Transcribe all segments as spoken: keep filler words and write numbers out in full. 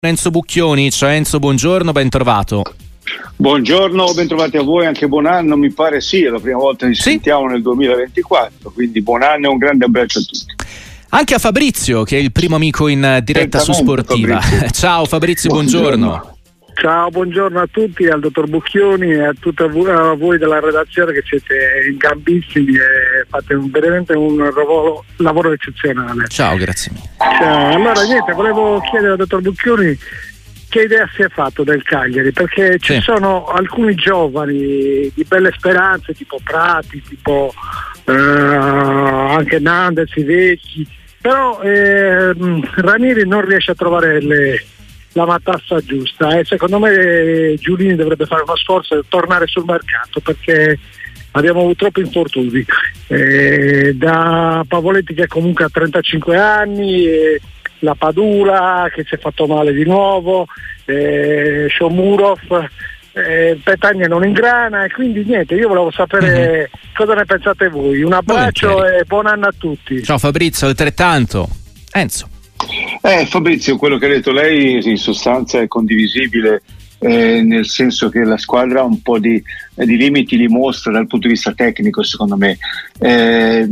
Enzo Bucchioni. Ciao Enzo, buongiorno, ben trovato. Buongiorno, bentrovati a voi, anche buon anno, mi pare sì, è la prima volta che ci sì. sentiamo nel duemilaventiquattro, quindi buon anno e un grande abbraccio a tutti. Anche a Fabrizio, che è il primo amico in diretta su Sportiva. Fabrizio. Ciao Fabrizio, buongiorno. buongiorno. Ciao, buongiorno a tutti, al dottor Bucchioni e a tutti a voi della redazione che siete in gambissimi e fate un, veramente un lavoro, lavoro eccezionale. Ciao, grazie mille. Ciao. Allora niente, volevo chiedere al dottor Bucchioni che idea si è fatto del Cagliari, perché ci sì. sono alcuni giovani di belle speranze tipo Prati, tipo eh, anche Nandez, i vecchi, però eh, Ranieri non riesce a trovare le la matassa giusta e secondo me Giulini dovrebbe fare uno sforzo e tornare sul mercato, perché abbiamo avuto troppi infortuni eh, da Pavoletti che comunque ha trentacinque anni, eh, la Padula che si è fatto male di nuovo, eh, Shomurov, eh, Petagna non ingrana, e quindi niente, io volevo sapere mm-hmm. cosa ne pensate voi. Un abbraccio Volentieri. E buon anno a tutti. Ciao Fabrizio, altrettanto. Enzo. Eh, Fabrizio, quello che ha detto lei in sostanza è condivisibile, eh, nel senso che la squadra un po' di, eh, di limiti li mostra dal punto di vista tecnico, secondo me. Eh,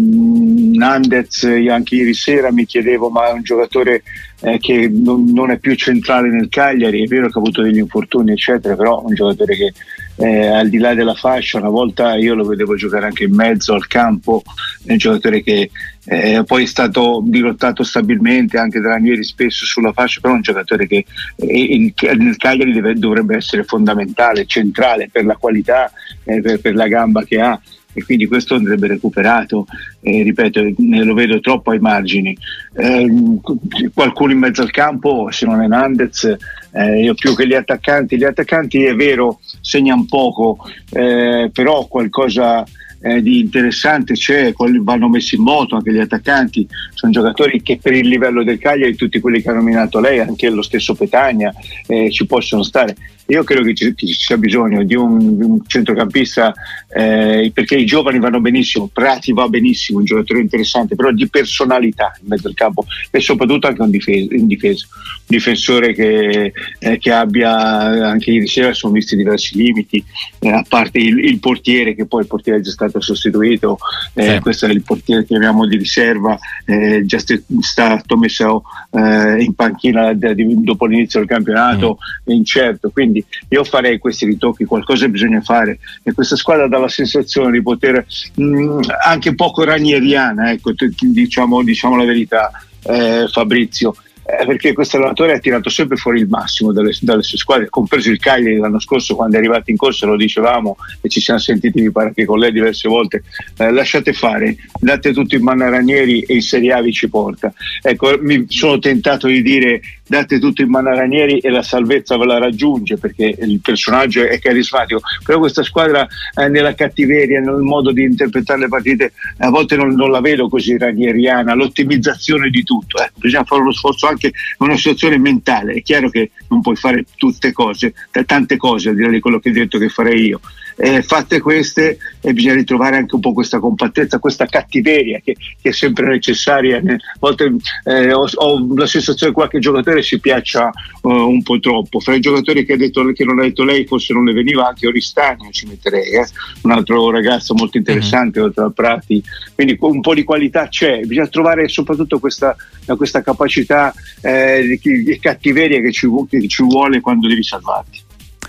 Nandez, anche ieri sera mi chiedevo, ma è un giocatore eh, che non, non è più centrale nel Cagliari, è vero che ha avuto degli infortuni eccetera, però è un giocatore che eh, al di là della fascia, una volta io lo vedevo giocare anche in mezzo al campo, è un giocatore che Eh, poi è stato dirottato stabilmente anche da Ranieri spesso sulla fascia, però è un giocatore che eh, in, nel Cagliari deve, dovrebbe essere fondamentale, centrale per la qualità, eh, per, per la gamba che ha, e quindi questo andrebbe recuperato, eh, ripeto, ne lo vedo troppo ai margini. Eh, qualcuno in mezzo al campo, se non è Nandez, eh, io più che gli attaccanti, gli attaccanti è vero segnano poco, eh, però qualcosa Eh, di interessante c'è, vanno messi in moto anche gli attaccanti, sono giocatori che per il livello del Cagliari, tutti quelli che ha nominato lei, anche lo stesso Petagna, eh, ci possono stare. Io credo che ci, ci sia bisogno di un, di un centrocampista, eh, perché i giovani vanno benissimo, Prati va benissimo, un giocatore interessante, però di personalità in mezzo al campo, e soprattutto anche un difesa, in difesa, un difensore che, eh, che abbia, anche ieri sera sono visti diversi limiti, eh, a parte il, il portiere, che poi il portiere è già stato sostituito, eh, sì. questo è il portiere che abbiamo di riserva, eh, già st- stato messo eh, in panchina d- d- dopo l'inizio del campionato, mm. incerto, quindi io farei questi ritocchi, qualcosa bisogna fare, e questa squadra dà la sensazione di poter mh, anche poco ranieriana, ecco, t- diciamo, diciamo la verità, eh, Fabrizio, eh, perché questo allenatore ha tirato sempre fuori il massimo dalle, dalle sue squadre, compreso il Cagliari l'anno scorso, quando è arrivato in corsa, lo dicevamo e ci siamo sentiti mi pare anche con lei diverse volte, eh, lasciate fare, date tutto in mano a Ranieri e in Serie A vi ci porta. Ecco, mi sono tentato di dire date tutto in mano a Ranieri e la salvezza ve la raggiunge, perché il personaggio è carismatico, però questa squadra eh, nella cattiveria, nel modo di interpretare le partite, a volte non, non la vedo così ranieriana, l'ottimizzazione di tutto, eh. bisogna fare uno sforzo anche in una situazione mentale. È chiaro che non puoi fare tutte cose, tante cose al di là di quello che hai detto che farei io, eh, fatte queste, e bisogna ritrovare anche un po' questa compattezza, questa cattiveria che, che è sempre necessaria. A volte eh, ho, ho la sensazione che qualche giocatore si piaccia uh, un po' troppo. Fra i giocatori che, ha detto, che non ha detto lei, forse non ne veniva anche Oristagno, ci metterei, eh? un altro ragazzo molto interessante, mm-hmm. oltre a Prati, quindi un po' di qualità c'è, bisogna trovare soprattutto questa, questa capacità eh, di, di cattiveria che ci, che ci vuole quando devi salvarti.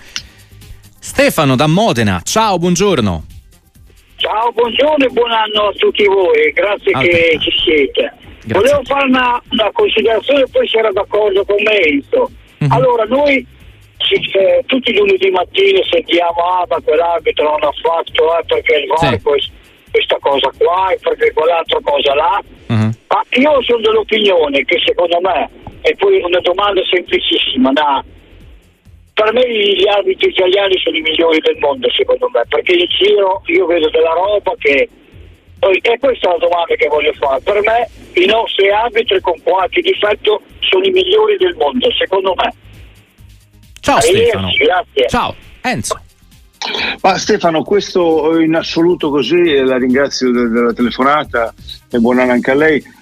Stefano da Modena, ciao, buongiorno. Ciao, buongiorno e buon anno a tutti voi, grazie ah, che ci siete. Grazie. Volevo fare una, una considerazione, poi si era d'accordo con me Enzo. Mm-hmm. Allora, noi ci, eh, tutti i lunedì mattina sentiamo ah ma quell'arbitro non ha fatto eh, perché il V A R sì. quest, questa cosa qua e perché quell'altra cosa là. Mm-hmm. Ma io sono dell'opinione che secondo me, e poi una domanda semplicissima, da per me gli arbitri italiani sono i migliori del mondo secondo me, perché in giro io vedo della roba che, e questa è la domanda che voglio fare, per me i nostri arbitri con qualche difetto sono i migliori del mondo secondo me. Ciao Stefano. Grazie. Ciao Enzo. Ma Stefano, questo in assoluto così, la ringrazio della telefonata e buon anno anche a lei.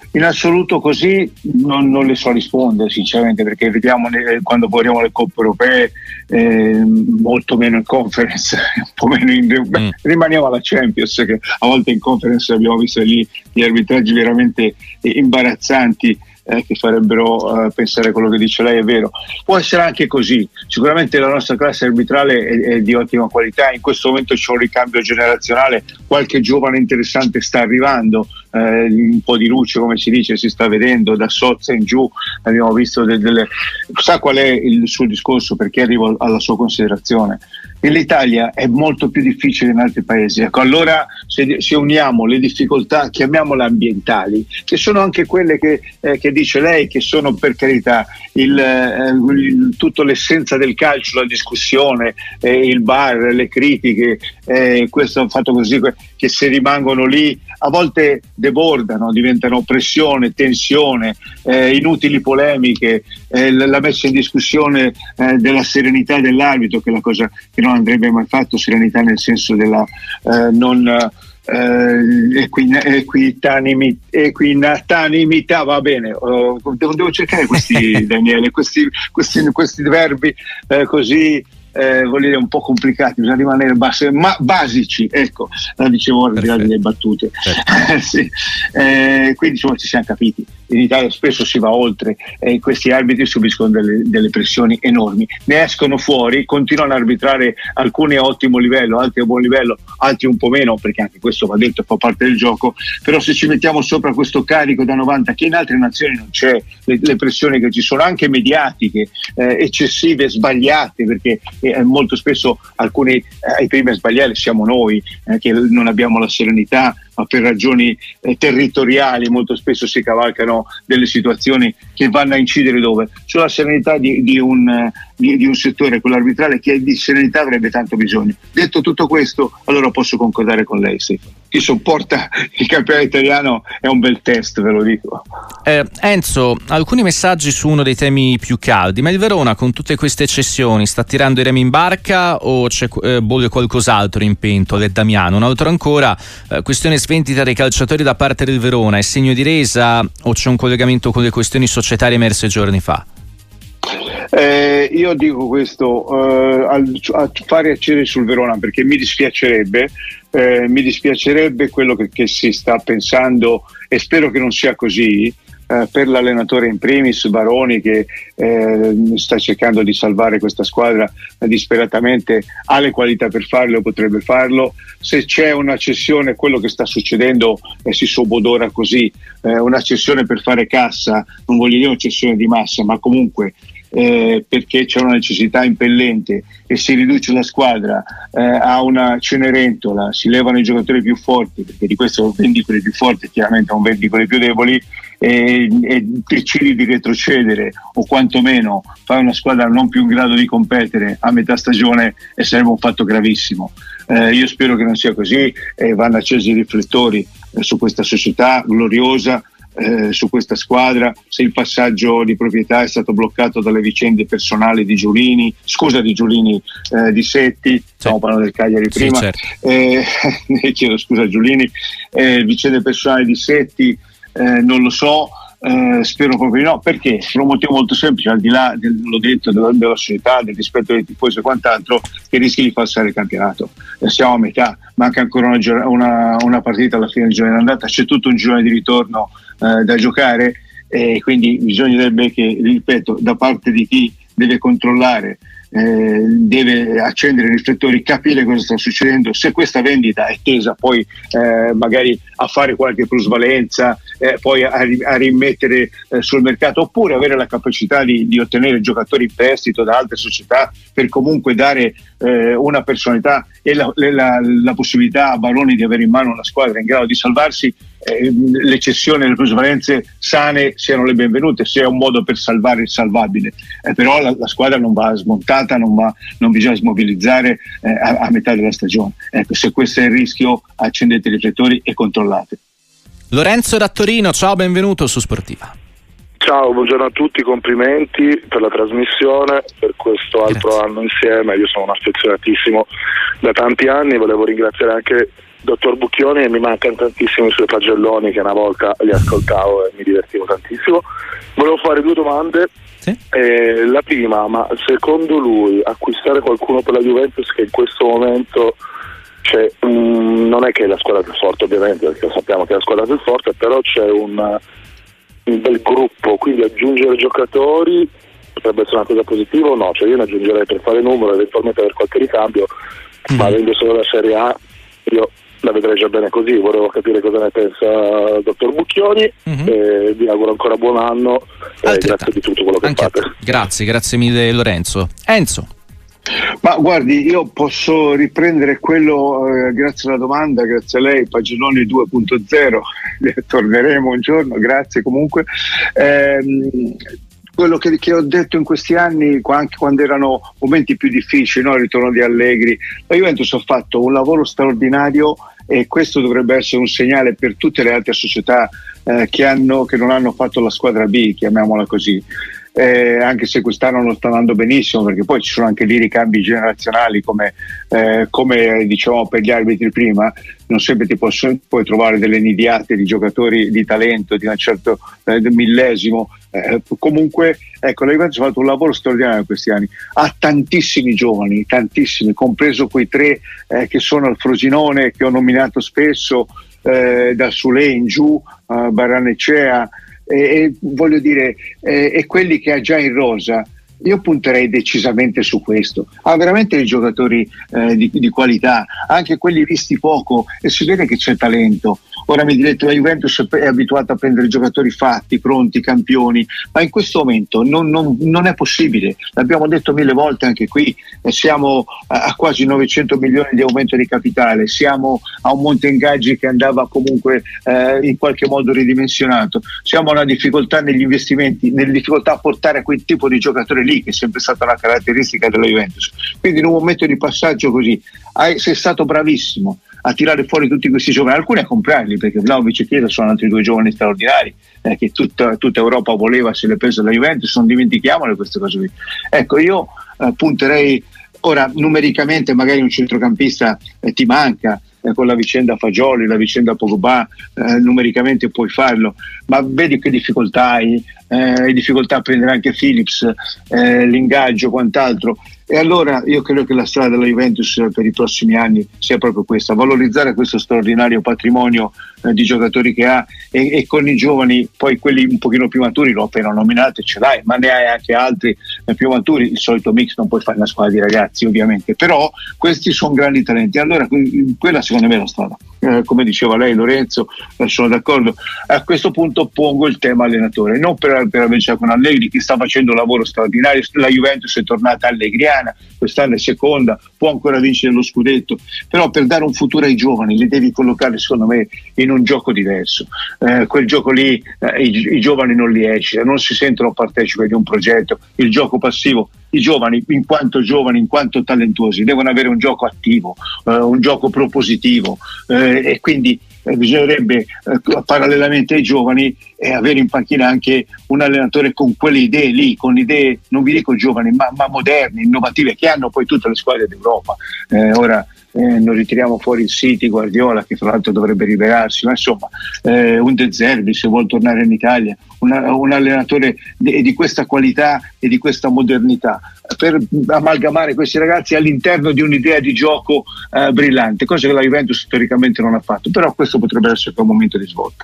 In assoluto così non, non le so rispondere sinceramente, perché vediamo le, quando guardiamo le coppe europee eh, molto meno in conference, un po' meno in, mm. rimaniamo alla Champions, che a volte in conference abbiamo visto lì gli arbitraggi veramente imbarazzanti eh, che farebbero eh, pensare quello che dice lei è vero. Può essere anche così, sicuramente la nostra classe arbitrale è, è di ottima qualità, in questo momento c'è un ricambio generazionale, qualche giovane interessante sta arrivando, eh, un po' di luce come si dice si sta vedendo da Sozza in giù, abbiamo visto delle, delle... sa qual è il suo discorso, perché arrivo alla sua considerazione. Nell'Italia è molto più difficile in altri paesi, ecco, allora se, se uniamo le difficoltà, chiamiamole ambientali, che sono anche quelle che, eh, che dice lei, che sono per carità il, eh, il, tutto l'essenza del calcio, la discussione, eh, il bar, le critiche, eh, questo fatto così, che se rimangono lì a volte debordano, diventano pressione, tensione, eh, inutili polemiche, eh, la messa in discussione eh, della serenità dell'arbitro, che è la cosa che non andrebbe mai fatto, serenità nel senso della eh, non eh, equitanimità, equinatanimità, va bene, uh, devo, devo cercare questi Daniele, questi, questi, questi verbi eh, così Eh, vuol dire un po' complicati, bisogna rimanere base, ma basici, ecco, la dicevo al di là delle battute. Sì. Eh, quindi insomma ci siamo capiti. In Italia spesso si va oltre e eh, questi arbitri subiscono delle, delle pressioni enormi, ne escono fuori, continuano a arbitrare, alcuni a ottimo livello, altri a buon livello, altri un po' meno, perché anche questo va detto, fa parte del gioco, però se ci mettiamo sopra questo carico da novanta che in altre nazioni non c'è, le, le pressioni che ci sono anche mediatiche, eh, eccessive, sbagliate, perché eh, molto spesso alcuni eh, ai primi a sbagliare siamo noi, eh, che non abbiamo la serenità, ma per ragioni eh, territoriali molto spesso si cavalcano delle situazioni che vanno a incidere dove? Sulla serenità di, di, un, eh, di, di un settore, quello arbitrale, che di serenità avrebbe tanto bisogno. Detto tutto questo, allora posso concordare con lei, Stefano. Chi sopporta il campionato italiano è un bel test, ve lo dico. Eh, Enzo, alcuni messaggi su uno dei temi più caldi, ma il Verona con tutte queste cessioni sta tirando i remi in barca o c'è eh, bolle qualcos'altro in pentola? È Damiano. Un altro ancora, eh, questione svendita dei calciatori da parte del Verona, è segno di resa o c'è un collegamento con le questioni societarie emerse giorni fa? Eh, io dico questo, eh, al, a fare accedere sul Verona, perché mi dispiacerebbe eh, mi dispiacerebbe quello che, che si sta pensando, e spero che non sia così, eh, per l'allenatore in primis Baroni, che eh, sta cercando di salvare questa squadra eh, disperatamente, ha le qualità per farlo, potrebbe farlo. Se c'è una cessione, quello che sta succedendo eh, si sobodora così, eh, una cessione per fare cassa, non voglio dire una cessione di massa, ma comunque Eh, perché c'è una necessità impellente e si riduce la squadra eh, a una Cenerentola, si levano i giocatori più forti, perché di questo vendi quelli più forti, chiaramente non vendi quelli più deboli, e, e decidi di retrocedere o quantomeno fai una squadra non più in grado di competere a metà stagione, e sarebbe un fatto gravissimo. Eh, io spero che non sia così, e vanno accesi i riflettori eh, su questa società gloriosa, Eh, su questa squadra. Se il passaggio di proprietà è stato bloccato dalle vicende personali di Giulini, scusa di Giulini, eh, di Setti, stiamo parlando del Cagliari prima, sì, certo. eh, chiedo scusa a Giulini, eh, vicende personali di Setti, eh, non lo so, eh, spero proprio di no, perché per un motivo molto semplice, al di là del, l'ho detto, della, della società, del rispetto dei tifosi e quant'altro, che rischi di falsare il campionato. Eh, siamo a metà, manca ancora una, una, una partita alla fine del girone d'andata, c'è tutto un girone di ritorno eh, da giocare, e quindi bisognerebbe che, ripeto, da parte di chi deve controllare, eh, deve accendere i riflettori, capire cosa sta succedendo, se questa vendita è tesa poi eh, magari a fare qualche plusvalenza, eh, poi a, a rimettere eh, sul mercato, oppure avere la capacità di, di ottenere giocatori in prestito da altre società, per comunque dare eh, una personalità e la, la, la possibilità a Baroni di avere in mano una squadra in grado di salvarsi. Eh, le cessioni e le plusvalenze sane siano le benvenute, se è un modo per salvare il salvabile, eh, però la, la squadra non va smontata, non, va, non bisogna smobilizzare eh, a, a metà della stagione. Ecco, se questo è il rischio, accendete i riflettori e controllate. Lorenzo da Torino, ciao, benvenuto su Sportiva. Ciao, buongiorno a tutti, complimenti per la trasmissione, per questo altro Grazie. anno insieme. Io sono un affezionatissimo da tanti anni, volevo ringraziare anche dottor Bucchioni, e mi mancano tantissimo i suoi pagelloni che una volta li ascoltavo e mi divertivo tantissimo. Volevo fare due domande. Sì. Eh, la prima, ma secondo lui acquistare qualcuno per la Juventus che in questo momento c'è, um, non è che è la squadra più forte ovviamente, perché sappiamo che è la squadra più forte, però c'è un, un bel gruppo, quindi aggiungere giocatori potrebbe essere una cosa positiva o no? Cioè io ne aggiungerei per fare numero, eventualmente per qualche ricambio, mm. ma avendo solo la Serie A io la vedrei già bene così. Volevo capire cosa ne pensa il dottor Bucchioni, mm-hmm. e vi auguro ancora buon anno e grazie di tutto quello che anche fate. Grazie, grazie mille Lorenzo. Enzo. Ma guardi, io posso riprendere quello, eh, grazie alla domanda, grazie a lei, Pagelloni due punto zero, torneremo un giorno, grazie comunque. Ehm, quello che, che ho detto in questi anni, anche quando erano momenti più difficili, no? Il ritorno di Allegri, la Juventus ha fatto un lavoro straordinario e questo dovrebbe essere un segnale per tutte le altre società eh, che, hanno, che non hanno fatto la squadra B, chiamiamola così. Eh, anche se quest'anno non sta andando benissimo, perché poi ci sono anche lì ricambi generazionali come, eh, come dicevamo per gli arbitri prima, non sempre ti posso, puoi trovare delle nidiate di giocatori di talento di un certo eh, millesimo, eh, comunque ecco, la Juventus ha fatto un lavoro straordinario in questi anni, ha tantissimi giovani, tantissimi, compreso quei tre eh, che sono al Frosinone, che ho nominato spesso, eh, da Sule in giù, eh, Barranecea, e, e voglio dire, eh, e quelli che ha già in rosa. Io punterei decisamente su questo. Ha veramente dei giocatori eh, di, di qualità, anche quelli visti poco, e si vede che c'è talento. Ora mi direte, la Juventus è abituata a prendere giocatori fatti, pronti, campioni, ma in questo momento non, non, non è possibile. L'abbiamo detto mille volte anche qui, eh, siamo a, a quasi novecento milioni di aumento di capitale, siamo a un monte ingaggi che andava comunque eh, in qualche modo ridimensionato, siamo a una difficoltà negli investimenti, nelle difficoltà a portare quel tipo di giocatore lì, che è sempre stata una caratteristica della Juventus. Quindi in un momento di passaggio così hai, sei stato bravissimo a tirare fuori tutti questi giovani, alcuni a comprarli, perché Vlahovic e Chiesa sono altri due giovani straordinari eh, che tutta, tutta Europa voleva, se le prese la Juventus, non dimentichiamole queste cose qui. Ecco, io eh, punterei, ora numericamente magari un centrocampista eh, ti manca, eh, con la vicenda Fagioli, la vicenda Pogba, eh, numericamente puoi farlo, ma vedi che difficoltà hai, eh, hai difficoltà a prendere anche Phillips, eh, l'ingaggio, quant'altro. E allora io credo che la strada della Juventus per i prossimi anni sia proprio questa, valorizzare questo straordinario patrimonio eh, di giocatori che ha, e, e con i giovani, poi quelli un pochino più maturi, l'ho appena nominato, ce l'hai, ma ne hai anche altri eh, più maturi. Il solito mix non puoi fare una squadra di ragazzi ovviamente, però questi sono grandi talenti. Allora quella secondo me è la strada, eh, come diceva lei Lorenzo, eh, sono d'accordo. A questo punto pongo il tema allenatore, non per, per avvicinare con Allegri che sta facendo un lavoro straordinario, la Juventus è tornata allegriana, quest'anno è seconda, può ancora vincere lo scudetto, però per dare un futuro ai giovani li devi collocare secondo me in un gioco diverso, eh, quel gioco lì eh, i, i giovani non li esce, non si sentono partecipi di un progetto, il gioco passivo. I giovani, in quanto giovani, in quanto talentuosi, devono avere un gioco attivo, eh, un gioco propositivo, eh, e quindi eh, bisognerebbe eh, parallelamente ai giovani eh, avere in panchina anche un allenatore con quelle idee lì, con idee, non vi dico giovani, ma, ma moderne, innovative, che hanno poi tutte le squadre d'Europa. Eh, ora eh, non ritiriamo fuori il City, Guardiola, che tra l'altro dovrebbe liberarsi, ma insomma eh, un De Zerbi se vuol tornare in Italia, una, un allenatore di, di questa qualità e di questa modernità, per amalgamare questi ragazzi all'interno di un'idea di gioco eh, brillante, cosa che la Juventus storicamente non ha fatto, però questo potrebbe essere un momento di svolta.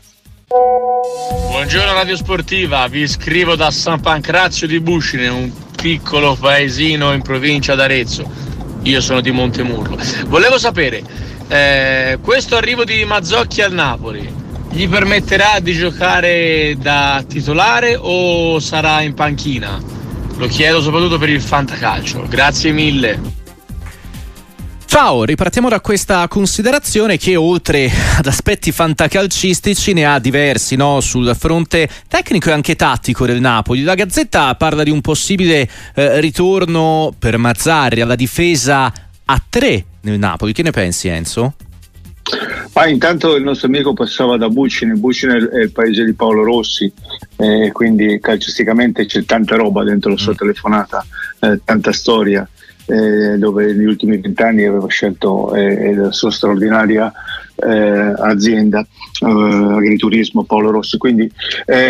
Buongiorno Radio Sportiva, vi scrivo da San Pancrazio di Buscine, un piccolo paesino in provincia d'Arezzo. Io sono di Montemurlo. Volevo sapere, eh, questo arrivo di Mazzocchi al Napoli gli permetterà di giocare da titolare o sarà in panchina? Lo chiedo soprattutto per il fantacalcio. Grazie mille. Ciao, ripartiamo da questa considerazione che oltre ad aspetti fantacalcistici ne ha diversi, no? Sul fronte tecnico e anche tattico del Napoli. La Gazzetta parla di un possibile eh, ritorno per Mazzarri alla difesa a tre nel Napoli. Che ne pensi, Enzo? Ma intanto il nostro amico passava da Bucine, Bucine è il paese di Paolo Rossi, eh, quindi calcisticamente c'è tanta roba dentro la sua mm. telefonata, eh, tanta storia. Eh, dove negli ultimi vent'anni aveva scelto eh, la sua straordinaria eh, azienda eh, agriturismo Paolo Rossi. Quindi eh,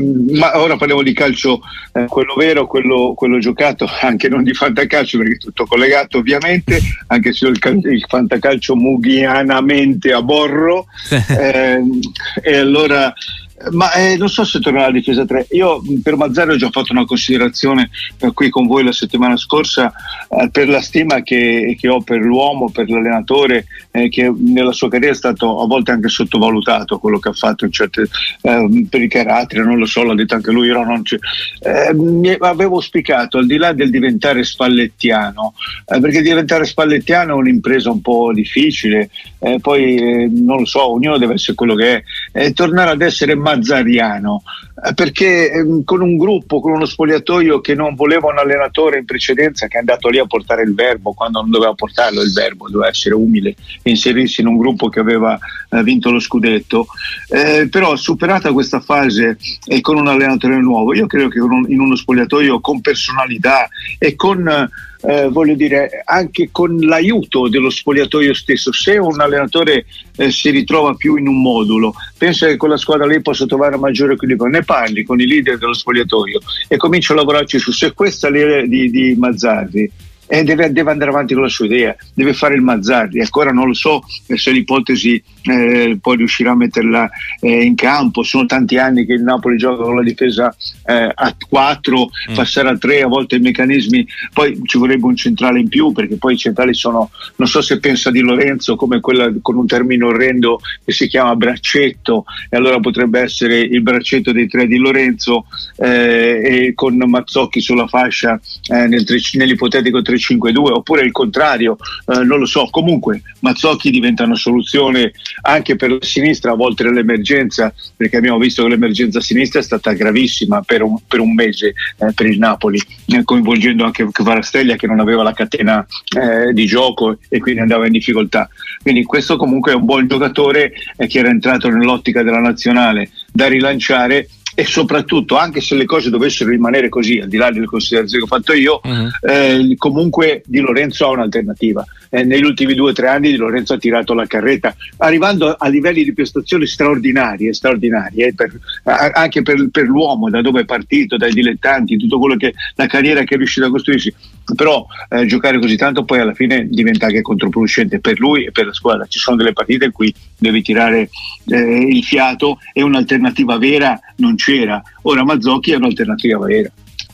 ma ora parliamo di calcio, eh, quello vero, quello, quello giocato, anche non di fantacalcio perché è tutto collegato ovviamente, anche se il, cal- il fantacalcio mughianamente a borro. eh, e allora ma eh, non so se tornerà alla difesa tre. Io per Mazzarri ho già fatto una considerazione eh, qui con voi la settimana scorsa, eh, per la stima che, che ho per l'uomo, per l'allenatore, eh, che nella sua carriera è stato a volte anche sottovalutato quello che ha fatto in certe, eh, per i caratteri, non lo so, l'ha detto anche lui. Io non c- eh, mi avevo auspicato, al di là del diventare spallettiano, eh, perché diventare spallettiano è un'impresa un po' difficile, eh, poi eh, non lo so, ognuno deve essere quello che è, eh, tornare ad essere mazzariano, eh, perché eh, con un gruppo, con uno spogliatoio che non voleva un allenatore in precedenza, che è andato lì a portare il verbo quando non doveva portarlo il verbo, doveva essere umile e inserirsi in un gruppo che aveva eh, vinto lo scudetto, eh, però superata questa fase e con un allenatore nuovo, io credo che un, in uno spogliatoio con personalità e con Eh, voglio dire anche con l'aiuto dello spogliatoio stesso, se un allenatore eh, si ritrova più in un modulo, pensa che con la squadra lì possa trovare maggiore equilibrio, ne parli con i leader dello spogliatoio e comincia a lavorarci su. Se questa l'idea di, di Mazzarri, e deve, deve andare avanti con la sua idea, deve fare il Mazzarri. Ancora non lo so se l'ipotesi eh, poi riuscirà a metterla eh, in campo. Sono tanti anni che il Napoli gioca con la difesa eh, a quattro, mm. passare a tre, a volte i meccanismi, poi ci vorrebbe un centrale in più, perché poi i centrali sono, non so se pensa Di Lorenzo come quella con un termine orrendo che si chiama braccetto, e allora potrebbe essere il braccetto dei tre Di Lorenzo, eh, e con Mazzocchi sulla fascia eh, nel tre, nell'ipotetico tre cinque due, oppure il contrario, eh, non lo so. Comunque Mazzocchi diventa una soluzione anche per la sinistra a volte nell'emergenza, perché abbiamo visto che l'emergenza a sinistra è stata gravissima per un, per un mese eh, per il Napoli, eh, coinvolgendo anche Kvaratskhelia che non aveva la catena eh, di gioco e quindi andava in difficoltà. Quindi questo comunque è un buon giocatore eh, che era entrato nell'ottica della nazionale da rilanciare. E soprattutto, anche se le cose dovessero rimanere così, al di là delle considerazioni che ho fatto io, uh-huh. eh, comunque Di Lorenzo ha un'alternativa. Eh, negli ultimi due o tre anni Di Lorenzo ha tirato la carretta, arrivando a livelli di prestazioni straordinarie, straordinarie per, a, anche per, per l'uomo, da dove è partito, dai dilettanti, tutto quello che la carriera che è riuscito a costruirsi. Però eh, giocare così tanto poi alla fine diventa anche controproducente per lui e per la squadra. Ci sono delle partite in cui devi tirare eh, il fiato e un'alternativa vera non c'era. Ora Mazzocchi è un'alternativa vera.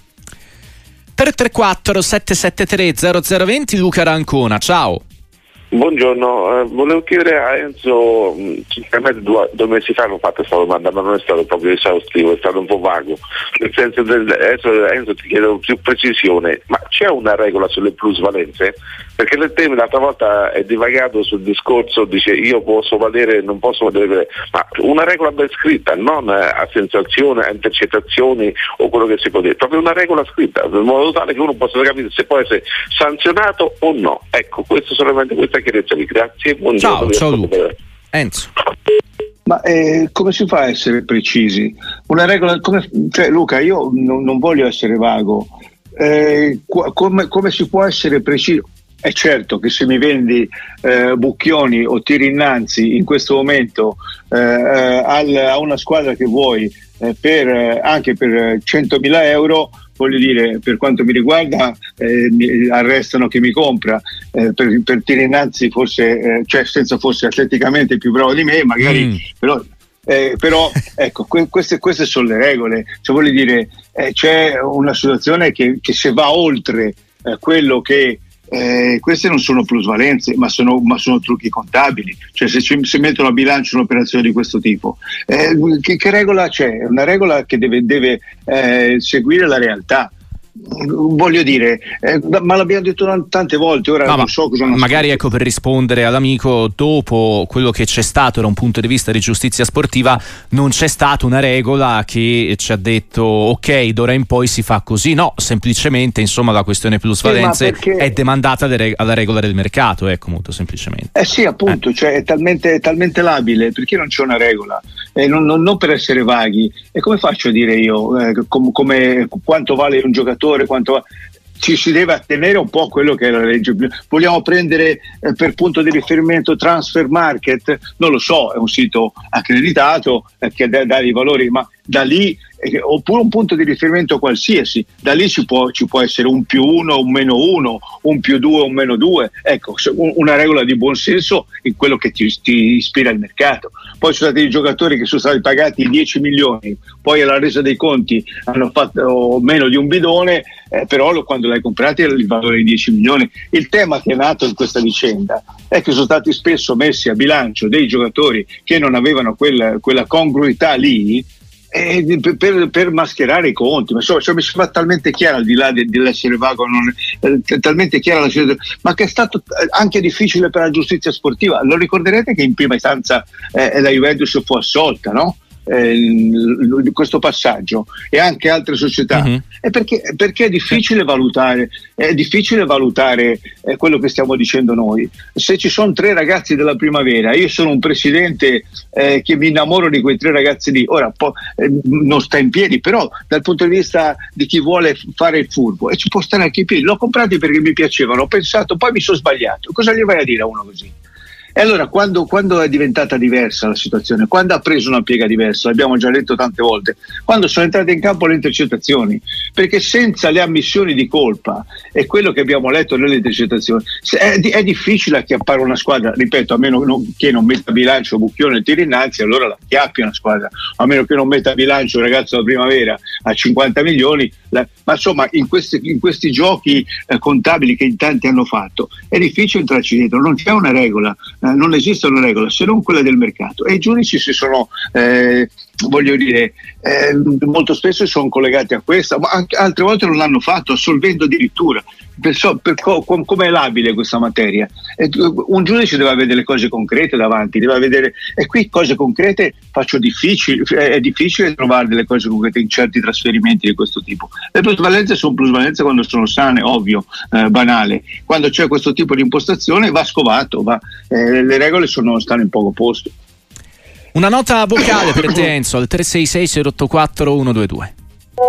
tre tre quattro sette sette tre zero zero due zero Luca Rancona, ciao. Buongiorno, eh, volevo chiedere a Enzo, mh, sinceramente due, due mesi fa hanno fatto questa domanda, ma non è stato proprio esaustivo, è stato un po' vago, nel senso del, Enzo, Enzo ti chiedo più precisione, ma c'è una regola sulle plusvalenze? Perché nel tema l'altra volta è divagato sul discorso, dice io posso valere, non posso valere, ma una regola ben scritta, non a sensazione, a intercettazioni o quello che si può dire, proprio una regola scritta, in modo tale che uno possa capire se può essere sanzionato o no. Ecco, questo solamente questa chiarezza vi grazie. Buongiorno. Ciao, ciao Luca. Enzo. Ma eh, come si fa a essere precisi? Una regola, come, cioè Luca, io non, non voglio essere vago, eh, qu- come, come si può essere precisi? È certo che se mi vendi eh, Bucchioni o tiri innanzi in questo momento eh, al, a una squadra che vuoi eh, per, eh, anche per centomila euro, voglio dire, per quanto mi riguarda eh, mi arrestano chi mi compra, eh, per, per tiri innanzi forse, eh, cioè senza fosse atleticamente più bravo di me magari, mm. però Eh, però ecco, que- queste, queste sono le regole, cioè voglio dire eh, c'è una situazione che, che se va oltre eh, quello che Eh, queste non sono plusvalenze, ma sono, ma sono trucchi contabili. Cioè se ci se mettono a bilancio un'operazione di questo tipo, eh, che, che regola c'è? Una regola che deve, deve eh, seguire la realtà. Voglio dire, eh, ma l'abbiamo detto tante volte, ora no, non so cosa magari ecco, per rispondere all'amico, dopo quello che c'è stato da un punto di vista di giustizia sportiva, non c'è stata una regola che ci ha detto ok, d'ora in poi si fa così, no, semplicemente insomma la questione plusvalenze sì, perché... è demandata alla regola del mercato, ecco, molto semplicemente. Eh sì, appunto, eh. cioè è talmente, è talmente labile, perché non c'è una regola, eh, non, non, non per essere vaghi. E come faccio a dire io eh, com- come, quanto vale un giocatore, quanto va... ci si deve attenere un po' a quello che è la legge. Vogliamo prendere eh, per punto di riferimento Transfer Market? Non lo so, è un sito accreditato eh, che dà, dà i valori, ma da lì eh, oppure un punto di riferimento qualsiasi, da lì ci può, ci può essere un più uno, un meno uno, un più due, un meno due. Ecco, una regola di buon senso in quello che ti, ti ispira il mercato. Poi ci sono stati i giocatori che sono stati pagati dieci milioni, poi alla resa dei conti hanno fatto meno di un bidone, eh, però quando l'hai comprato era il valore di dieci milioni. Il tema che è nato in questa vicenda è che sono stati spesso messi a bilancio dei giocatori che non avevano quella, quella congruità lì, eh, per, per mascherare i conti. Ma insomma, cioè, mi sembra talmente chiaro, al di là de, dell'essere vago, non, eh, talmente chiara la situazione, ma che è stato anche difficile per la giustizia sportiva. Lo ricorderete che in prima istanza eh, la Juventus fu assolta, no? Eh, questo passaggio, e anche altre società, uh-huh. è perché, perché è difficile valutare è difficile valutare eh, quello che stiamo dicendo noi. Se ci sono tre ragazzi della primavera, io sono un presidente eh, che mi innamoro di quei tre ragazzi lì, ora po- eh, non sta in piedi, però dal punto di vista di chi vuole fare il furbo, e ci può stare anche in piedi, l'ho comprati perché mi piacevano, ho pensato, poi mi sono sbagliato. Cosa gli vai a dire a uno così? E allora quando, quando è diventata diversa la situazione, quando ha preso una piega diversa, l'abbiamo già detto tante volte, quando sono entrate in campo le intercettazioni, perché senza le ammissioni di colpa, è quello che abbiamo letto nelle intercettazioni, è, è difficile acchiappare una squadra, ripeto, a meno non, che non metta a bilancio Bucchione e tiri innanzi, allora la acchiappi una squadra, a meno che non metta a bilancio un ragazzo della primavera a cinquanta milioni, la, ma insomma in questi, in questi giochi eh, contabili che in tanti hanno fatto, è difficile entrarci dentro, non c'è una regola. Non esiste una regola se non quella del mercato, e i giudici si sono eh, voglio dire eh, molto spesso sono collegati a questa, ma anche altre volte non l'hanno fatto, assolvendo addirittura. Per, so, per co, com, come è labile questa materia? E, un giudice deve avere delle cose concrete davanti, deve vedere, e qui cose concrete faccio difficile, è difficile trovare delle cose concrete in certi trasferimenti di questo tipo. Le plusvalenze sono plusvalenze quando sono sane, ovvio, eh, banale. Quando c'è questo tipo di impostazione va scovato, va, eh, le regole sono, stanno in poco posto. Una nota vocale per te, Enzo, al tre sei sei zero otto quattro uno due due.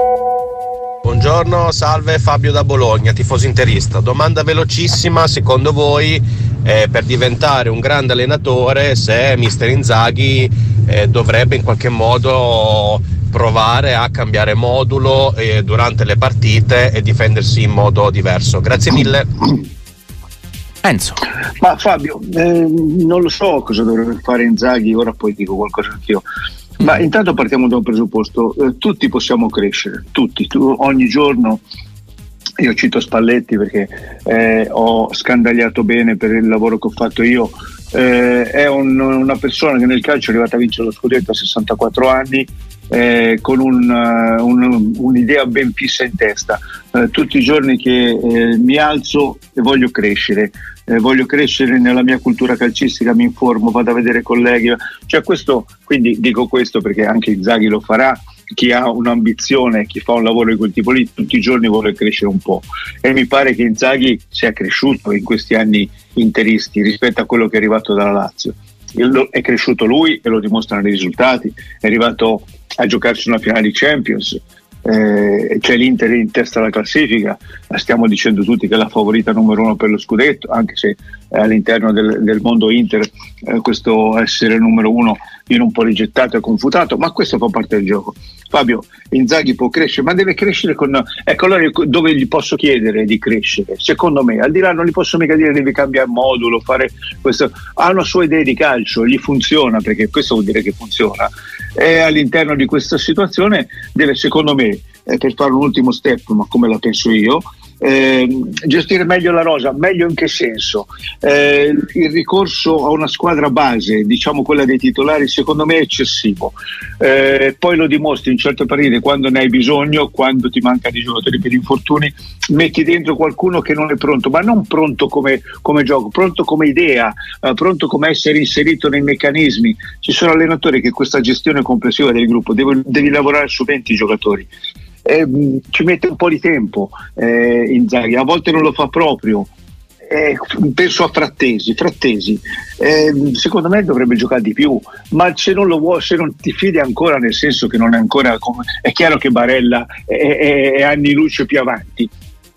Buongiorno, salve, Fabio da Bologna, tifoso interista. Domanda velocissima, secondo voi eh, per diventare un grande allenatore, se mister Inzaghi eh, dovrebbe in qualche modo provare a cambiare modulo eh, durante le partite e difendersi in modo diverso? Grazie mille. Enzo. Ma Fabio, eh, non lo so cosa dovrebbe fare Inzaghi, ora poi dico qualcosa anch'io. Ma intanto partiamo da un presupposto, eh, tutti possiamo crescere, tutti, tu, ogni giorno. Io cito Spalletti perché eh, ho scandagliato bene per il lavoro che ho fatto io, eh, è un, una persona che nel calcio è arrivata a vincere lo scudetto a sessantaquattro anni, eh, con un, uh, un, un'idea ben fissa in testa, eh, tutti i giorni che eh, mi alzo e voglio crescere. Eh, voglio crescere nella mia cultura calcistica, mi informo, vado a vedere colleghi, cioè questo, quindi dico questo perché anche Inzaghi lo farà. Chi ha un'ambizione, chi fa un lavoro di quel tipo lì, tutti i giorni vuole crescere un po', e mi pare che Inzaghi sia cresciuto in questi anni interisti rispetto a quello che è arrivato dalla Lazio. È cresciuto lui e lo dimostrano i risultati, è arrivato a giocarsi una finale di Champions. Eh, c'è l'Inter in testa alla classifica, stiamo dicendo tutti che è la favorita numero uno per lo scudetto, anche se eh, all'interno del, del mondo Inter eh, questo essere numero uno viene un po' rigettato e confutato, ma questo fa parte del gioco. Fabio, Inzaghi può crescere, ma deve crescere con, ecco, allora dove gli posso chiedere di crescere? Secondo me, al di là non gli posso mica dire devi cambiare modulo, fare questo, ha una sua idea di calcio, gli funziona, perché questo vuol dire che funziona, e all'interno di questa situazione deve, secondo me, eh, per fare un ultimo step, ma come la penso io, eh, gestire meglio la rosa. Meglio in che senso? Eh, il ricorso a una squadra base, diciamo quella dei titolari, secondo me è eccessivo, eh, poi lo dimostri in certe partite quando ne hai bisogno, quando ti manca di giocatori per infortuni, metti dentro qualcuno che non è pronto, ma non pronto come, come gioco, pronto come idea, eh, pronto come essere inserito nei meccanismi. Ci sono allenatori che questa gestione complessiva del gruppo devi, devi lavorare su venti giocatori. Eh, ci mette un po' di tempo eh, Inzaghi, a volte non lo fa proprio, eh, penso a Frattesi Frattesi eh, secondo me dovrebbe giocare di più, ma se non lo vuoi, se non ti fidi ancora, nel senso che non è ancora come, è chiaro che Barella è, è, è anni luce più avanti,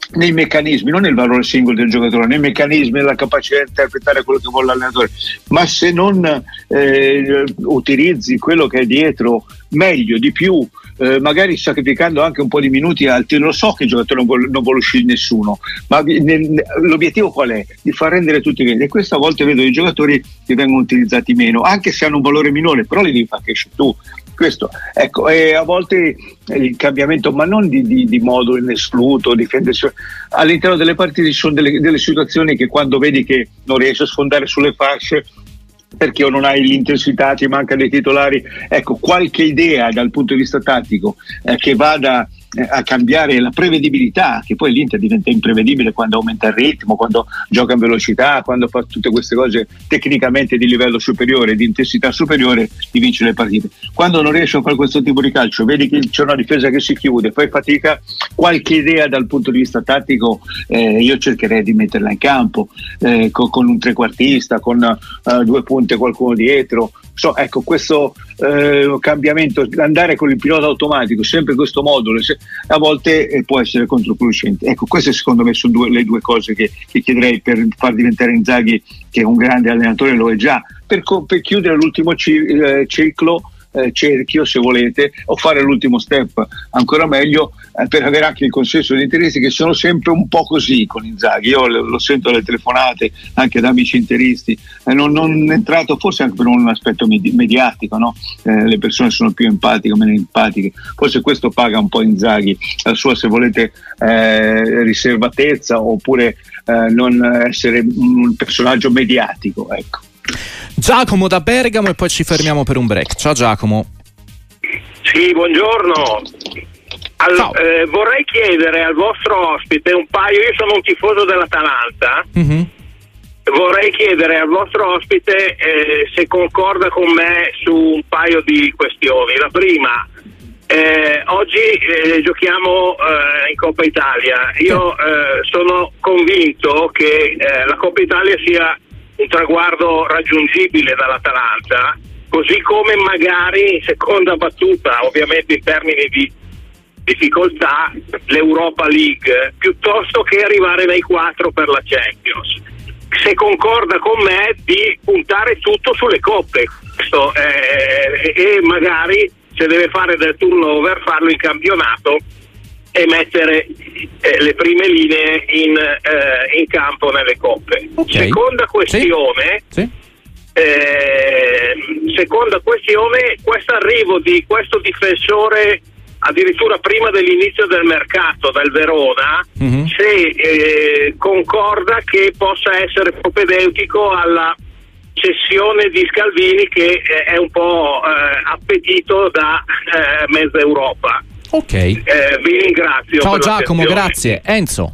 nei meccanismi, non nel valore singolo del giocatore, nei meccanismi, nella capacità di interpretare quello che vuole l'allenatore, ma se non eh, utilizzi quello che è dietro meglio, di più, eh, magari sacrificando anche un po' di minuti altri. Lo so che il giocatore non vuole, non vuole uscire nessuno, ma nel, l'obiettivo qual è? Di far rendere tutti bene, e questa volta vedo i giocatori che vengono utilizzati meno, anche se hanno un valore minore, però li devi far crescere tu. Questo, ecco, e a volte il cambiamento, ma non di, di, di modo inescluto, difendersi. All'interno delle partite ci sono delle, delle situazioni che quando vedi che non riesci a sfondare sulle fasce perché o non hai l'intensità, ti manca dei titolari, ecco, qualche idea dal punto di vista tattico eh, che vada eh, a cambiare la prevedibilità, che poi l'Inter diventa imprevedibile quando aumenta il ritmo, quando gioca in velocità, quando fa tutte queste cose tecnicamente di livello superiore, di intensità superiore, ti vince le partite. Quando non riesci a fare questo tipo di calcio, vedi che c'è una difesa che si chiude, fai fatica, qualche idea dal punto di vista tattico eh, io cercherei di metterla in campo eh, con, con un trequartista, con uh, due punte, qualcuno dietro. So, ecco, questo eh, cambiamento, andare con il pilota automatico, sempre in questo modo, a volte eh, può essere controproducente. Ecco, queste secondo me sono due, le due cose che, che chiederei per far diventare Inzaghi, che è un grande allenatore, lo è già, per, per chiudere l'ultimo ci, eh, ciclo, eh, cerchio se volete, o fare l'ultimo step ancora meglio, eh, per avere anche il consenso degli interisti, che sono sempre un po' così con Inzaghi. Io lo, lo sento alle telefonate anche da amici interisti, eh, non, non è entrato forse anche per un aspetto medi- mediatico, no? Eh, le persone sono più empatiche o meno empatiche, forse questo paga un po' Inzaghi, la sua, se volete, eh, riservatezza, oppure eh, non essere un personaggio mediatico, ecco. Giacomo da Bergamo, e poi ci fermiamo per un break. Ciao Giacomo. Sì, buongiorno. Al, eh, vorrei chiedere al vostro ospite un paio, io sono un tifoso dell'Atalanta, mm-hmm. vorrei chiedere al vostro ospite eh, se concorda con me su un paio di questioni. La prima, eh, oggi eh, giochiamo eh, in Coppa Italia. Io eh, sono convinto che eh, la Coppa Italia sia un traguardo raggiungibile dall'Atalanta, così come magari in seconda battuta, ovviamente in termini di difficoltà, l'Europa League, piuttosto che arrivare nei quattro per la Champions. Se concorda con me di puntare tutto sulle coppe, questo, eh, e magari se deve fare del turnover farlo in campionato e mettere eh, le prime linee in, eh, in campo nelle coppe. Okay. Seconda questione, sì. Sì. Eh, seconda questione, questo arrivo di questo difensore addirittura prima dell'inizio del mercato dal Verona, mm-hmm. se eh, concorda che possa essere propedeutico alla cessione di Scalvini, che eh, è un po' eh, appetito da eh, mezza Europa. Ok, eh, vi ringrazio. Ciao Giacomo, grazie. Enzo.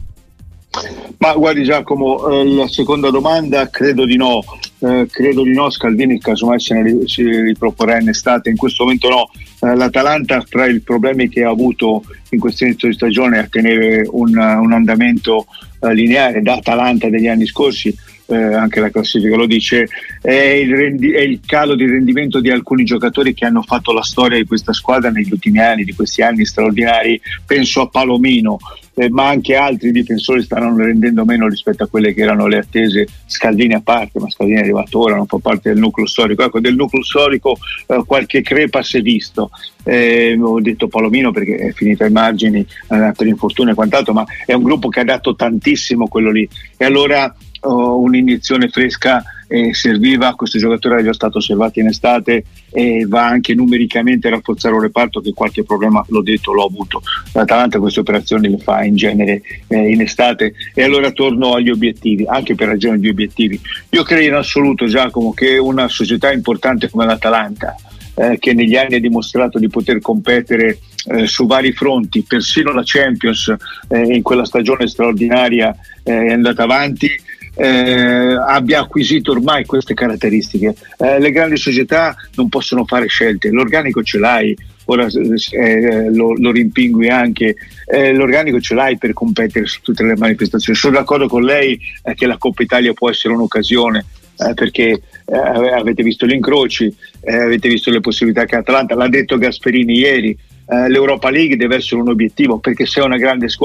Ma guardi Giacomo, eh, la seconda domanda credo di no, eh, credo di no. Scalvini casomai se ne si riproporrà in estate, in questo momento no. Eh, L'Atalanta, tra i problemi che ha avuto in questo inizio di stagione, a tenere un, un andamento eh, lineare da Atalanta degli anni scorsi, Eh, anche la classifica lo dice, è il, rendi- è il calo di rendimento di alcuni giocatori che hanno fatto la storia di questa squadra negli ultimi anni, di questi anni straordinari. Penso a Palomino, eh, ma anche altri difensori stanno rendendo meno rispetto a quelle che erano le attese, Scalvini a parte, ma Scalvini è arrivato ora, non fa parte del nucleo storico. Ecco, del nucleo storico eh, qualche crepa si è visto. Eh, ho detto Palomino perché è finito ai margini eh, per infortunio e quant'altro, ma è un gruppo che ha dato tantissimo quello lì, e allora oh, un'iniezione fresca eh, serviva a questo giocatore, era già stato osservato in estate e va anche numericamente a rafforzare un reparto che qualche problema, l'ho detto, l'ho avuto. L'Atalanta queste operazioni le fa in genere eh, in estate, e allora torno agli obiettivi, anche per ragione di obiettivi. Io credo in assoluto, Giacomo, che una società importante come l'Atalanta, Eh, che negli anni ha dimostrato di poter competere eh, su vari fronti, persino la Champions eh, in quella stagione straordinaria eh, è andata avanti, eh, abbia acquisito ormai queste caratteristiche. Eh, le grandi società non possono fare scelte, l'organico ce l'hai, ora eh, lo, lo rimpingui anche, eh, l'organico ce l'hai per competere su tutte le manifestazioni. Sono d'accordo con lei eh, che la Coppa Italia può essere un'occasione, Eh, perché eh, avete visto gli incroci, eh, avete visto le possibilità che Atalanta, l'ha detto Gasperini ieri, eh, l'Europa League deve essere un obiettivo, perché sei una grande squadra,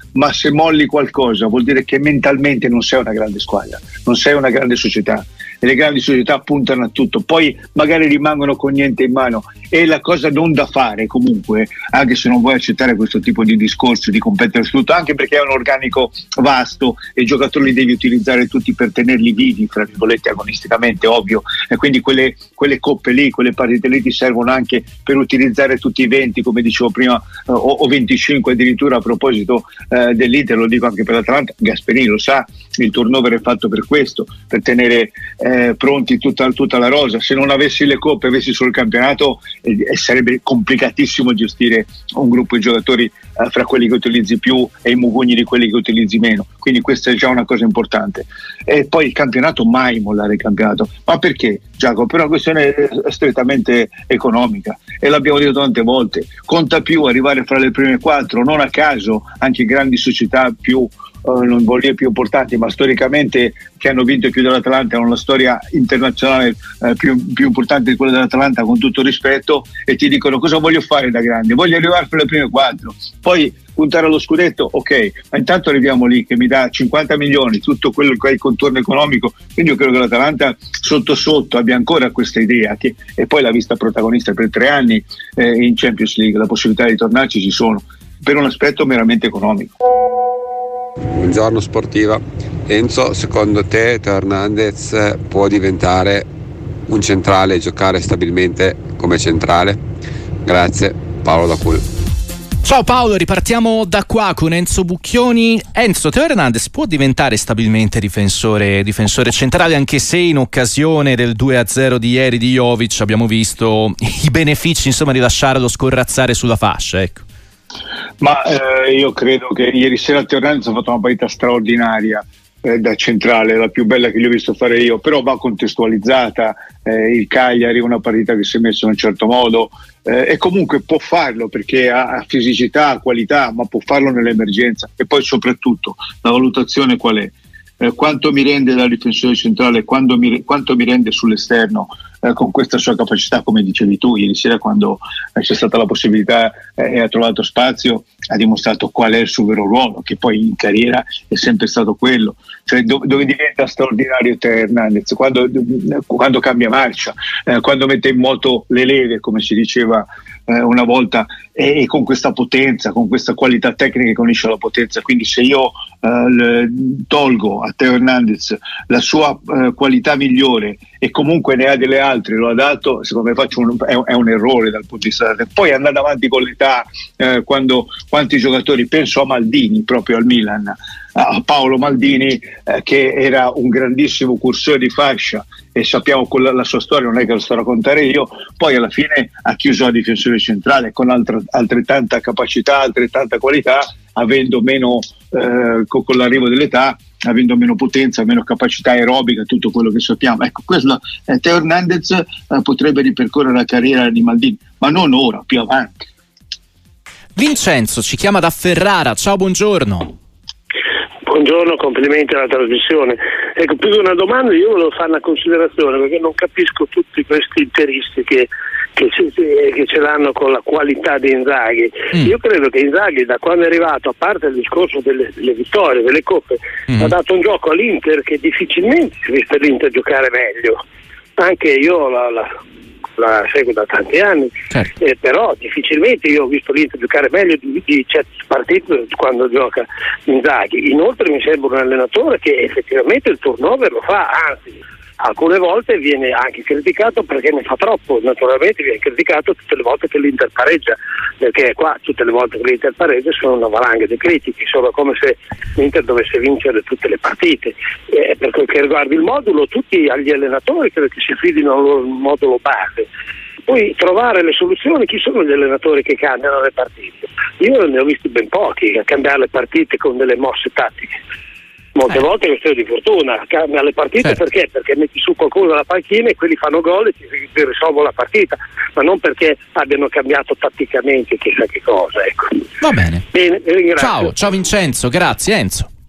ma se molli qualcosa vuol dire che mentalmente non sei una grande squadra, non sei una grande società, e le grandi società puntano a tutto, poi magari rimangono con niente in mano. E la cosa non da fare comunque, anche se non vuoi accettare questo tipo di discorso di competere su tutto, anche perché è un organico vasto e i giocatori li devi utilizzare tutti per tenerli vivi, fra virgolette, agonisticamente, ovvio, e quindi quelle, quelle coppe lì, quelle partite lì ti servono anche per utilizzare tutti i venti, come dicevo prima, eh, o, o venticinque addirittura. A proposito eh, dell'Inter, lo dico anche per l'Atalanta, Gasperini lo sa, il turnover è fatto per questo, per tenere eh, pronti tutta, tutta la rosa. Se non avessi le coppe, avessi solo il campionato, e sarebbe complicatissimo gestire un gruppo di giocatori eh, fra quelli che utilizzi più e i mugugni di quelli che utilizzi meno, quindi questa è già una cosa importante. E poi il campionato, mai mollare il campionato. Ma perché, Giacomo? Per una questione strettamente economica, e l'abbiamo detto tante volte, conta più arrivare fra le prime quattro. Non a caso anche grandi società più Uh, non vuol dire più importanti, ma storicamente, che hanno vinto più dell'Atalanta, hanno una storia internazionale uh, più, più importante di quella dell'Atalanta, con tutto rispetto, e ti dicono: cosa voglio fare da grande? Voglio arrivare per le prime quattro, poi puntare allo scudetto, ok, ma intanto arriviamo lì che mi dà cinquanta milioni, tutto quello che è il contorno economico. Quindi io credo che l'Atalanta sotto sotto abbia ancora questa idea, che, e poi l'ha vista protagonista per tre anni eh, in Champions League, la possibilità di tornarci ci sono, per un aspetto meramente economico. Buongiorno Sportiva. Enzo, secondo te Teo Hernandez può diventare un centrale e giocare stabilmente come centrale? Grazie, Paolo da Cul. Ciao Paolo, ripartiamo da qua con Enzo Bucchioni. Enzo, Teo Hernandez può diventare stabilmente difensore, difensore centrale, anche se in occasione del due a zero di ieri di Jovic abbiamo visto i benefici, insomma, di lasciarlo scorrazzare sulla fascia, ecco. Ma eh, io credo che ieri sera Teo Hernandez ha fatto una partita straordinaria eh, da centrale, la più bella che gli ho visto fare io, però va contestualizzata. Eh, il Cagliari è una partita che si è messa in un certo modo eh, e comunque può farlo perché ha, ha fisicità, ha qualità, ma può farlo nell'emergenza. E poi soprattutto la valutazione qual è? Eh, quanto mi rende da difensore centrale, quando mi, quanto mi rende sull'esterno, eh, con questa sua capacità, come dicevi tu ieri sera, quando eh, c'è stata la possibilità eh, e ha trovato spazio, ha dimostrato qual è il suo vero ruolo, che poi in carriera è sempre stato quello, cioè do, dove diventa straordinario Teo Hernandez, quando, quando cambia marcia, eh, quando mette in moto le leve, come si diceva eh, una volta, e, e con questa potenza, con questa qualità tecnica che unisce alla potenza. Quindi se io eh, tolgo a Teo Hernandez la sua eh, qualità migliore e comunque ne ha delle altre, lo ha dato, secondo me faccio un, è, è un errore dal punto di vista. Poi andando avanti con l'età, eh, quando quanti giocatori, penso a Maldini proprio al Milan, a Paolo Maldini, eh, che era un grandissimo cursore di fascia, e sappiamo con la, la sua storia, non è che lo sto a raccontare io, poi alla fine ha chiuso la difensore centrale con altra, altrettanta capacità, altrettanta qualità, avendo meno eh, con, con l'arrivo dell'età, avendo meno potenza, meno capacità aerobica, tutto quello che sappiamo. Ecco, questo, eh, Teo Hernandez eh, potrebbe ripercorrere la carriera di Maldini, ma non ora, più avanti. Vincenzo ci chiama da Ferrara, ciao, buongiorno. Buongiorno, complimenti alla trasmissione. Ecco, più che una domanda io volevo fare una considerazione, perché non capisco tutti questi interisti che, che, che ce l'hanno con la qualità di Inzaghi. Mm. Io credo che Inzaghi, da quando è arrivato, a parte il discorso delle, delle vittorie, delle coppe, mm. ha dato un gioco all'Inter che difficilmente si è visto l'Inter giocare meglio. Anche io la, la la seguo da tanti anni, certo. eh, però difficilmente io ho visto l'Inter giocare meglio di, di certe partite quando gioca Inzaghi. Inoltre mi sembra un allenatore che effettivamente il turnover lo fa, anzi alcune volte viene anche criticato perché ne fa troppo, naturalmente viene criticato tutte le volte che l'Inter pareggia, perché qua tutte le volte che l'Inter pareggia sono una valanga di critiche, sono come se l'Inter dovesse vincere tutte le partite. Eh, per quel che riguarda il modulo, tutti gli allenatori credo che si affidino al loro modulo base. Poi trovare le soluzioni, chi sono gli allenatori che cambiano le partite? Io ne ho visti ben pochi a cambiare le partite con delle mosse tattiche. Molte eh. volte è questione di fortuna, cambia le partite, certo. Perché? Perché metti su qualcuno alla panchina e quelli fanno gol e ti, ti risolvono la partita, ma non perché abbiano cambiato tatticamente chissà che cosa, ecco. Va bene. Bene, ringrazio. Ciao, ciao Vincenzo, grazie. Enzo.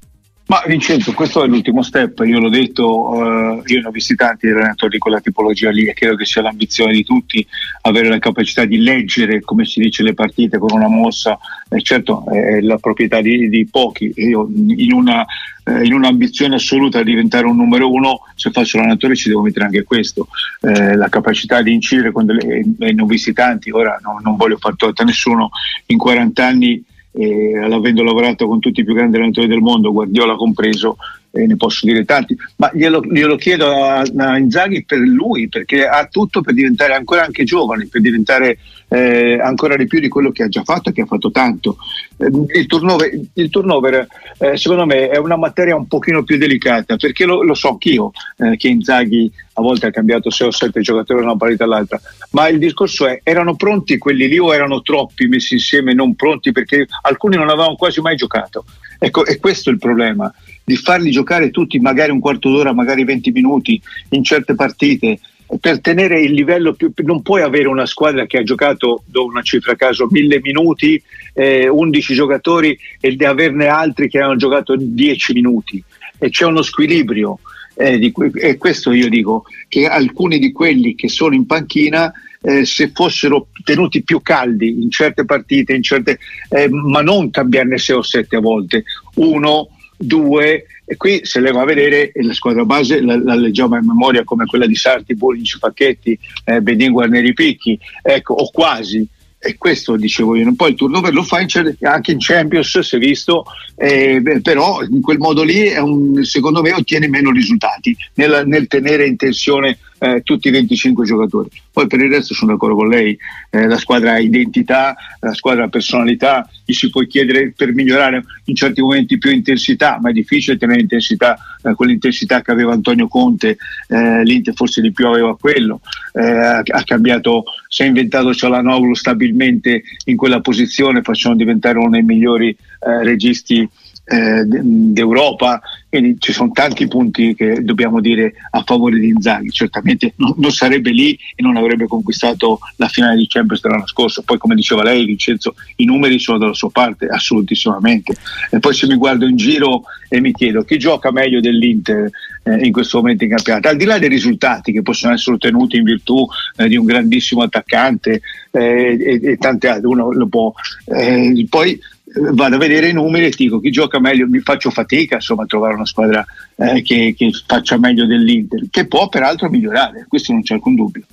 Ma Vincenzo, questo è l'ultimo step, io l'ho detto, uh, io ne ho visti tanti allenatori di quella tipologia lì e credo che sia l'ambizione di tutti avere la capacità di leggere, come si dice, le partite con una mossa, eh, certo è la proprietà di, di pochi. Io in una eh, in un'ambizione assoluta di diventare un numero uno, se faccio l'allenatore ci devo mettere anche questo, eh, la capacità di incidere con delle, e ne ho visti tanti, ora no, non voglio far torto a nessuno, in quaranta anni, e avendo lavorato con tutti i più grandi allenatori del mondo, Guardiola compreso, e ne posso dire tanti, ma glielo, glielo chiedo a, a Inzaghi per lui, perché ha tutto per diventare ancora anche giovane, per diventare eh, ancora di più di quello che ha già fatto e che ha fatto tanto. Eh, il turnover, il turnover eh, secondo me è una materia un pochino più delicata, perché lo, lo so anch'io eh, che Inzaghi a volte ha cambiato sei o sette giocatori da una partita all'altra, ma il discorso è: erano pronti quelli lì o erano troppi messi insieme non pronti, perché alcuni non avevano quasi mai giocato? Ecco, e questo è il problema, di farli giocare tutti magari un quarto d'ora, magari venti minuti in certe partite, per tenere il livello più. Non puoi avere una squadra che ha giocato, do una cifra a caso, mille minuti, eh, undici giocatori, e di averne altri che hanno giocato dieci minuti, e c'è uno squilibrio. Eh, di, e questo io dico che alcuni di quelli che sono in panchina, eh, se fossero tenuti più caldi in certe partite, in certe, eh, ma non cambiarne sei o sette a volte, uno, due, e qui se le va a vedere la squadra base la, la leggiamo a memoria, come quella di Sarti, Bullic, Facchetti, eh, Bedin, Guarneri, Picchi, ecco, o quasi. E questo dicevo io, poi il turnover lo fa in, anche in Champions, si è visto, eh, però in quel modo lì è un, secondo me ottiene meno risultati nel, nel tenere in tensione eh, tutti i venticinque giocatori. Poi per il resto sono d'accordo con lei, eh, la squadra ha identità, la squadra ha personalità, gli si può chiedere per migliorare in certi momenti più intensità, ma è difficile tenere intensità, eh, quell'intensità che aveva Antonio Conte, eh, l'Inter forse di più aveva quello, eh, ha, ha cambiato, si è inventato Cialanoglu stabilmente in quella posizione, facendo diventare uno dei migliori eh, registi eh, d'Europa. Quindi ci sono tanti punti che dobbiamo dire a favore di Inzaghi. Certamente non, non sarebbe lì e non avrebbe conquistato la finale di Champions dell'anno scorso. Poi, come diceva lei, Vincenzo, i numeri sono dalla sua parte, assolutissimamente. E poi se mi guardo in giro e mi chiedo chi gioca meglio dell'Inter eh, in questo momento in campionato, al di là dei risultati che possono essere ottenuti in virtù eh, di un grandissimo attaccante eh, e, e tante altre, uno lo può eh, poi vado a vedere i numeri e dico chi gioca meglio, mi faccio fatica insomma a trovare una squadra eh, che, che faccia meglio dell'Inter, che può peraltro migliorare, questo non c'è alcun dubbio.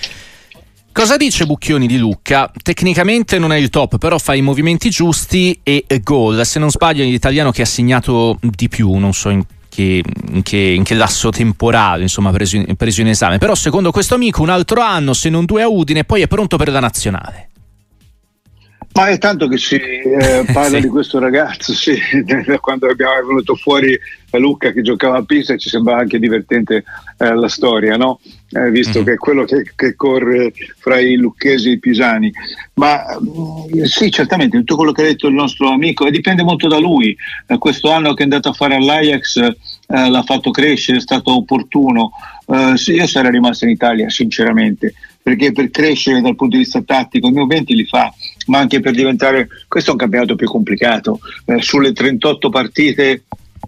Cosa dice Bucchioni di Lucca? Tecnicamente non è il top, però fa i movimenti giusti e gol. Se non sbaglio è l'italiano che ha segnato di più, non so in che, in che, in che lasso temporale, insomma, preso in, preso in esame. Però secondo questo amico un altro anno, se non due a Udine, poi è pronto per la nazionale. Ma è tanto che si eh, parla sì. di questo ragazzo, sì. Quando abbiamo venuto fuori a Lucca che giocava a Pisa ci sembrava anche divertente eh, la storia, no? Eh, visto mm. che è quello che, che corre fra i lucchesi e i pisani. Ma mh, sì, certamente tutto quello che ha detto il nostro amico, e dipende molto da lui. Eh, questo anno che è andato a fare all'Ajax eh, l'ha fatto crescere, è stato opportuno. Eh, sì, io sarei rimasto in Italia sinceramente, perché per crescere dal punto di vista tattico i movimenti li fa, ma anche per diventare, questo è un campionato più complicato, eh, sulle trentotto partite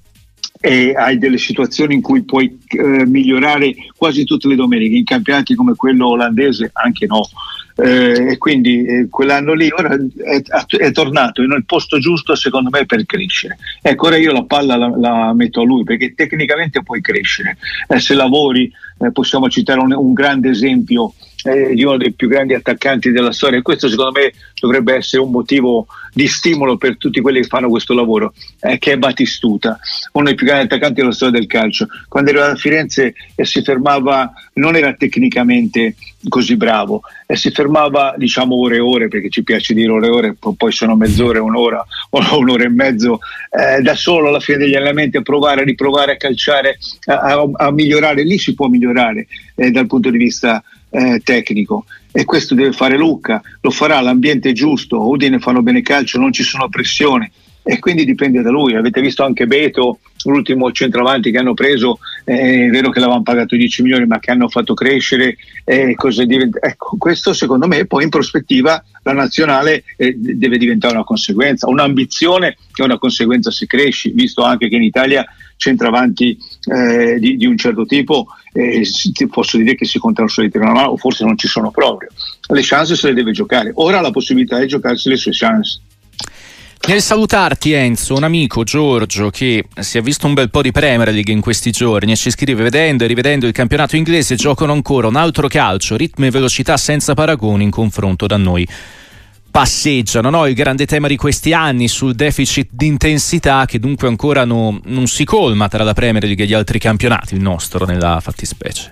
e hai delle situazioni in cui puoi eh, migliorare quasi tutte le domeniche, in campionati come quello olandese anche no, eh, e quindi eh, quell'anno lì ora è, è tornato nel posto giusto secondo me per crescere. Ecco, ora io la palla la, la metto a lui, perché tecnicamente puoi crescere, eh, se lavori, eh, possiamo citare un, un grande esempio eh, di uno dei più grandi attaccanti della storia, e questo secondo me dovrebbe essere un motivo di stimolo per tutti quelli che fanno questo lavoro, eh, che è Batistuta, uno dei più grandi attaccanti della storia del calcio. Quando era a Firenze e si fermava, non era tecnicamente così bravo, e si fermava diciamo ore e ore, perché ci piace dire ore e ore, poi sono mezz'ora, un'ora o un'ora e mezzo, eh, da solo alla fine degli allenamenti a provare, a riprovare a calciare, a, a, a migliorare. Lì si può migliorare eh, dal punto di vista eh, tecnico, e questo deve fare Lucca, lo farà, l'ambiente è giusto, Udine fanno bene calcio, non ci sono pressioni, e quindi dipende da lui. Avete visto anche Beto, l'ultimo centravanti che hanno preso, eh, è vero che l'avevano pagato dieci milioni, ma che hanno fatto crescere, eh, cosa diventa? Ecco, questo secondo me poi in prospettiva la nazionale eh, deve diventare una conseguenza, un'ambizione che è una conseguenza se cresci, visto anche che in Italia centravanti eh, di, di un certo tipo eh, ti posso dire che si contano solo di tirare una mano, o forse non ci sono proprio. Le chance se le deve giocare, ora ha la possibilità di giocarsi le sue chance. Nel salutarti, Enzo, un amico, Giorgio, che si è visto un bel po' di Premier League in questi giorni e ci scrive: vedendo e rivedendo il campionato inglese giocano ancora un altro calcio, ritmo e velocità senza paragoni in confronto da noi. Passeggiano, no? Il grande tema di questi anni sul deficit di intensità che dunque ancora no, non si colma tra la Premier League e gli altri campionati, il nostro nella fattispecie.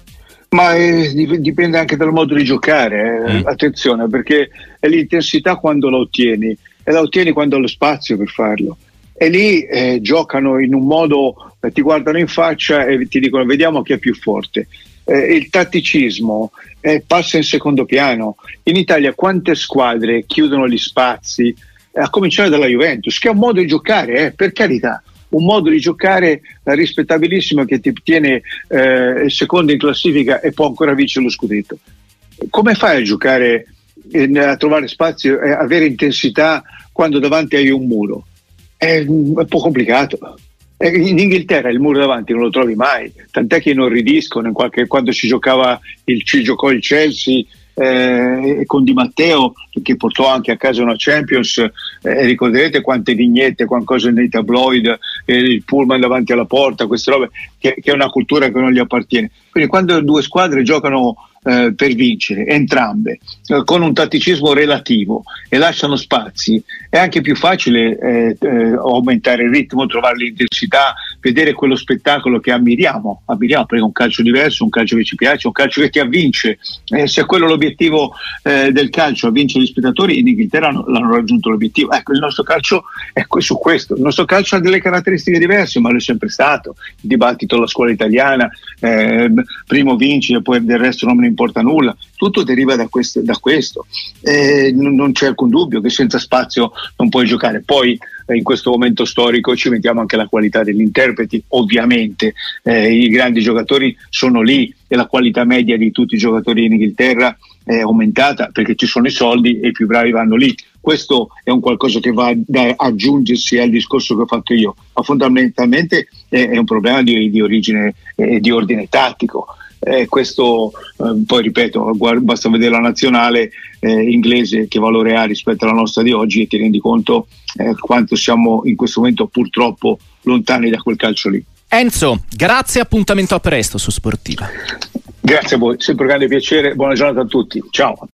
Ma eh, dipende anche dal modo di giocare, eh. mm. attenzione, perché è l'intensità quando la ottieni e la ottieni quando hai lo spazio per farlo, e lì eh, giocano in un modo, eh, ti guardano in faccia e ti dicono vediamo chi è più forte. Eh, il tatticismo eh, passa in secondo piano. In Italia quante squadre chiudono gli spazi, eh, a cominciare dalla Juventus, che è un modo di giocare, eh, per carità, un modo di giocare eh, rispettabilissimo, che ti tiene eh, secondo in classifica e può ancora vincere lo scudetto. Come fai a giocare, eh, a trovare spazio e eh, avere intensità quando davanti hai un muro? È, è un po' complicato. In Inghilterra il muro davanti non lo trovi mai, tant'è che inorridiscono in qualche, quando ci giocava il, ci giocò il Chelsea eh, con Di Matteo, che portò anche a casa una Champions, eh, ricorderete quante vignette, qualcosa nei tabloid, eh, il pullman davanti alla porta, queste robe, che, che è una cultura che non gli appartiene. Quindi quando due squadre giocano eh, per vincere, entrambe, eh, con un tatticismo relativo e lasciano spazi, è anche più facile eh, eh, aumentare il ritmo, trovare l'intensità, vedere quello spettacolo che ammiriamo, ammiriamo perché è un calcio diverso, un calcio che ci piace, un calcio che ti avvince. Eh, se quello è l'obiettivo eh, del calcio, avvince gli spettatori, in Inghilterra l'hanno raggiunto l'obiettivo. Ecco, il nostro calcio è su questo. Il nostro calcio ha delle caratteristiche diverse, ma lo è sempre stato. Il dibattito alla scuola italiana, eh, primo vinci e poi del resto non me ne importa nulla, tutto deriva da questo, da questo. Eh, non, non c'è alcun dubbio che senza spazio non puoi giocare. Poi eh, in questo momento storico ci mettiamo anche la qualità degli interpreti, ovviamente eh, i grandi giocatori sono lì e la qualità media di tutti i giocatori in Inghilterra è aumentata perché ci sono i soldi e i più bravi vanno lì. Questo è un qualcosa che va ad aggiungersi al discorso che ho fatto io, ma fondamentalmente è, è un problema di, di origine e eh, di ordine tattico. Eh, questo eh, poi ripeto, guarda, basta vedere la nazionale eh, inglese che valore ha rispetto alla nostra di oggi e ti rendi conto eh, quanto siamo in questo momento purtroppo lontani da quel calcio lì. Enzo, grazie, appuntamento a presto su Sportiva. Grazie a voi, sempre un grande piacere, buona giornata a tutti, ciao.